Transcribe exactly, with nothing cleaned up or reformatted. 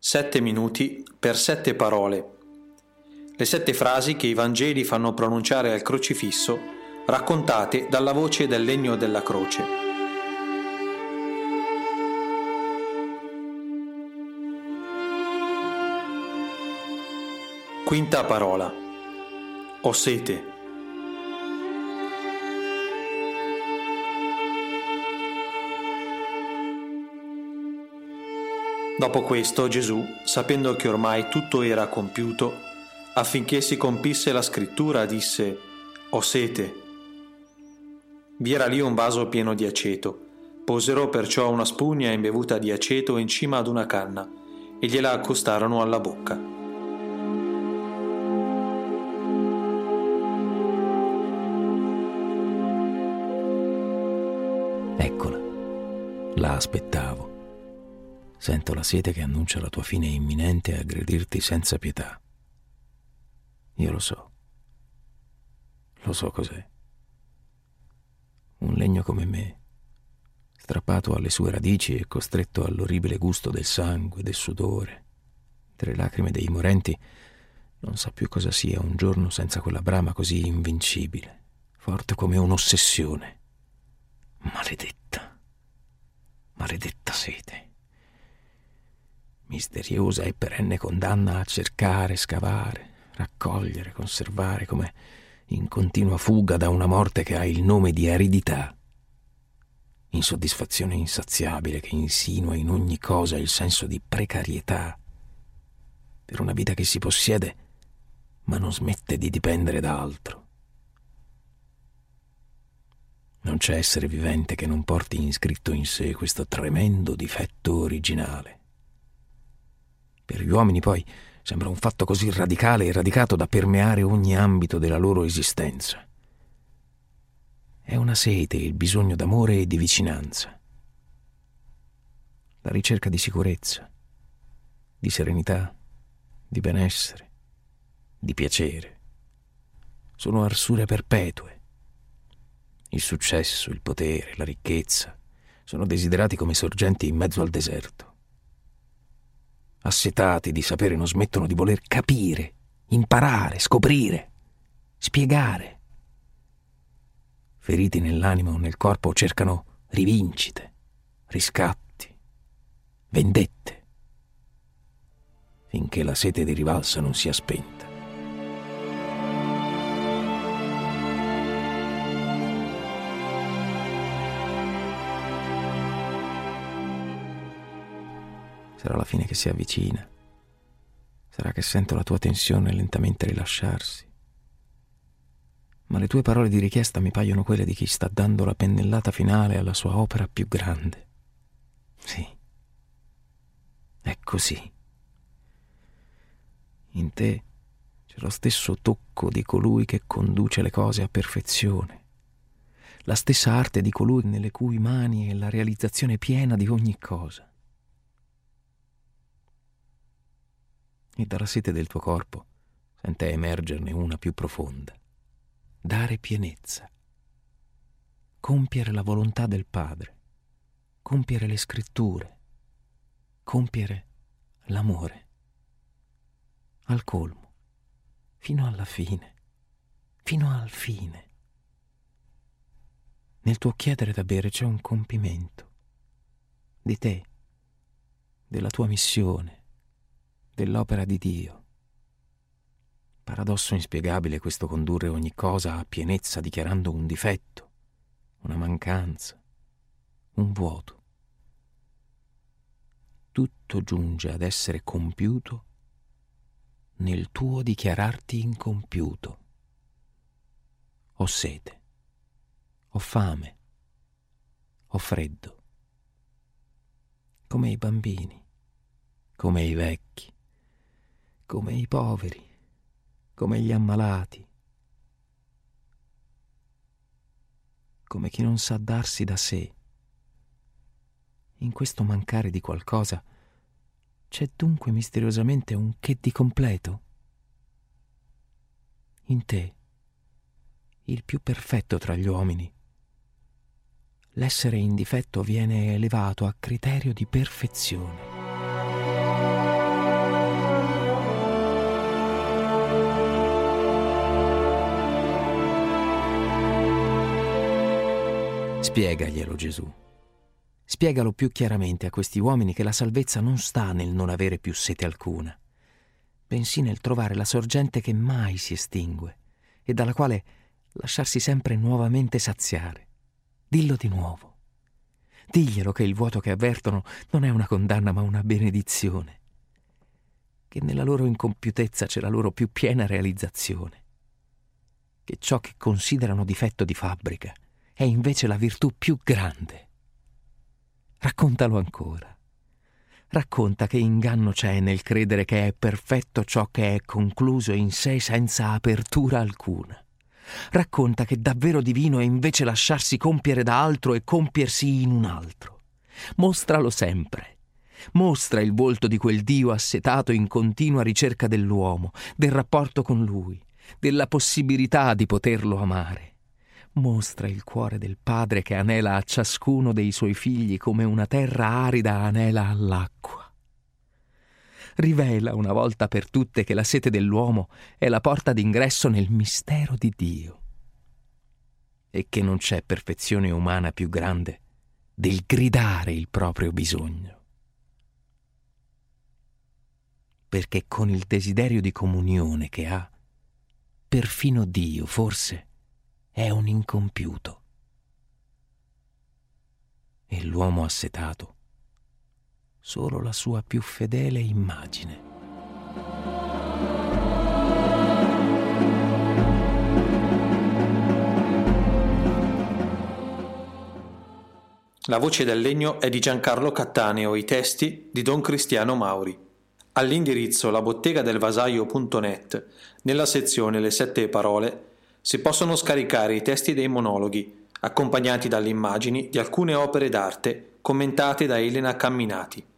Sette minuti per sette parole. Le sette frasi che i Vangeli fanno pronunciare al crocifisso, raccontate dalla voce del legno della croce. Quinta parola. Ho sete. Dopo questo Gesù, sapendo che ormai tutto era compiuto, affinché si compisse la scrittura, disse: Ho sete. Vi era lì un vaso pieno di aceto. Posero perciò una spugna imbevuta di aceto in cima ad una canna e gliela accostarono alla bocca. Eccola, la aspettavo. Sento la sete che annuncia la tua fine imminente a aggredirti senza pietà. Io lo so. Lo so cos'è. Un legno come me, strappato alle sue radici e costretto all'orribile gusto del sangue, del sudore, delle lacrime dei morenti, non sa più cosa sia un giorno senza quella brama così invincibile, forte come un'ossessione. Maledetta, maledetta sete. Misteriosa e perenne condanna a cercare, scavare, raccogliere, conservare, come in continua fuga da una morte che ha il nome di aridità. Insoddisfazione insaziabile che insinua in ogni cosa il senso di precarietà, per una vita che si possiede ma non smette di dipendere da altro. Non c'è essere vivente che non porti inscritto in sé questo tremendo difetto originale. Per gli uomini poi sembra un fatto così radicale e radicato da permeare ogni ambito della loro esistenza. È una sete, il bisogno d'amore e di vicinanza, la ricerca di sicurezza, di serenità, di benessere, di piacere. Sono arsure perpetue. Il successo, il potere, la ricchezza sono desiderati come sorgenti in mezzo al deserto. Assetati di sapere non smettono di voler capire, imparare, scoprire, spiegare. Feriti nell'anima o nel corpo cercano rivincite, riscatti, vendette, finché la sete di rivalsa non sia spenta. Sarà la fine che si avvicina. Sarà che sento la tua tensione lentamente rilasciarsi. Ma le tue parole di richiesta mi paiono quelle di chi sta dando la pennellata finale alla sua opera più grande. Sì, è così. In te c'è lo stesso tocco di colui che conduce le cose a perfezione, la stessa arte di colui nelle cui mani è la realizzazione piena di ogni cosa. E dalla sete del tuo corpo sente emergerne una più profonda. Dare pienezza, compiere la volontà del Padre, compiere le scritture, compiere l'amore, al colmo, fino alla fine, fino al fine. Nel tuo chiedere da bere c'è un compimento di te, della tua missione, dell'opera di Dio. Paradosso inspiegabile questo condurre ogni cosa a pienezza dichiarando un difetto, una mancanza, un vuoto. Tutto giunge ad essere compiuto nel tuo dichiararti incompiuto. Ho sete, ho fame, ho freddo. Come i bambini, come i vecchi, come i poveri, come gli ammalati, come chi non sa darsi da sé. In questo mancare di qualcosa c'è dunque misteriosamente un che di completo? In te, il più perfetto tra gli uomini, l'essere in difetto viene elevato a criterio di perfezione. Spiegaglielo, Gesù. Spiegalo più chiaramente a questi uomini che la salvezza non sta nel non avere più sete alcuna, bensì nel trovare la sorgente che mai si estingue e dalla quale lasciarsi sempre nuovamente saziare. Dillo di nuovo. Diglielo che il vuoto che avvertono non è una condanna ma una benedizione, che nella loro incompiutezza c'è la loro più piena realizzazione, che ciò che considerano difetto di fabbrica è invece la virtù più grande. Raccontalo ancora. Racconta che inganno c'è nel credere che è perfetto ciò che è concluso in sé senza apertura alcuna. Racconta che davvero divino è invece lasciarsi compiere da altro e compiersi in un altro. Mostralo sempre. Mostra il volto di quel Dio assetato in continua ricerca dell'uomo, del rapporto con Lui, della possibilità di poterlo amare. Mostra il cuore del Padre che anela a ciascuno dei suoi figli come una terra arida anela all'acqua. Rivela una volta per tutte che la sete dell'uomo è la porta d'ingresso nel mistero di Dio e che non c'è perfezione umana più grande del gridare il proprio bisogno. Perché con il desiderio di comunione che ha, perfino Dio forse è un incompiuto. E l'uomo assetato solo la sua più fedele immagine. La voce del legno è di Giancarlo Cattaneo, i testi di Don Cristiano Mauri. All'indirizzo labottegadelvasaio punto net, nella sezione Le sette parole, si possono scaricare i testi dei monologhi, accompagnati dalle immagini di alcune opere d'arte commentate da Elena Camminati.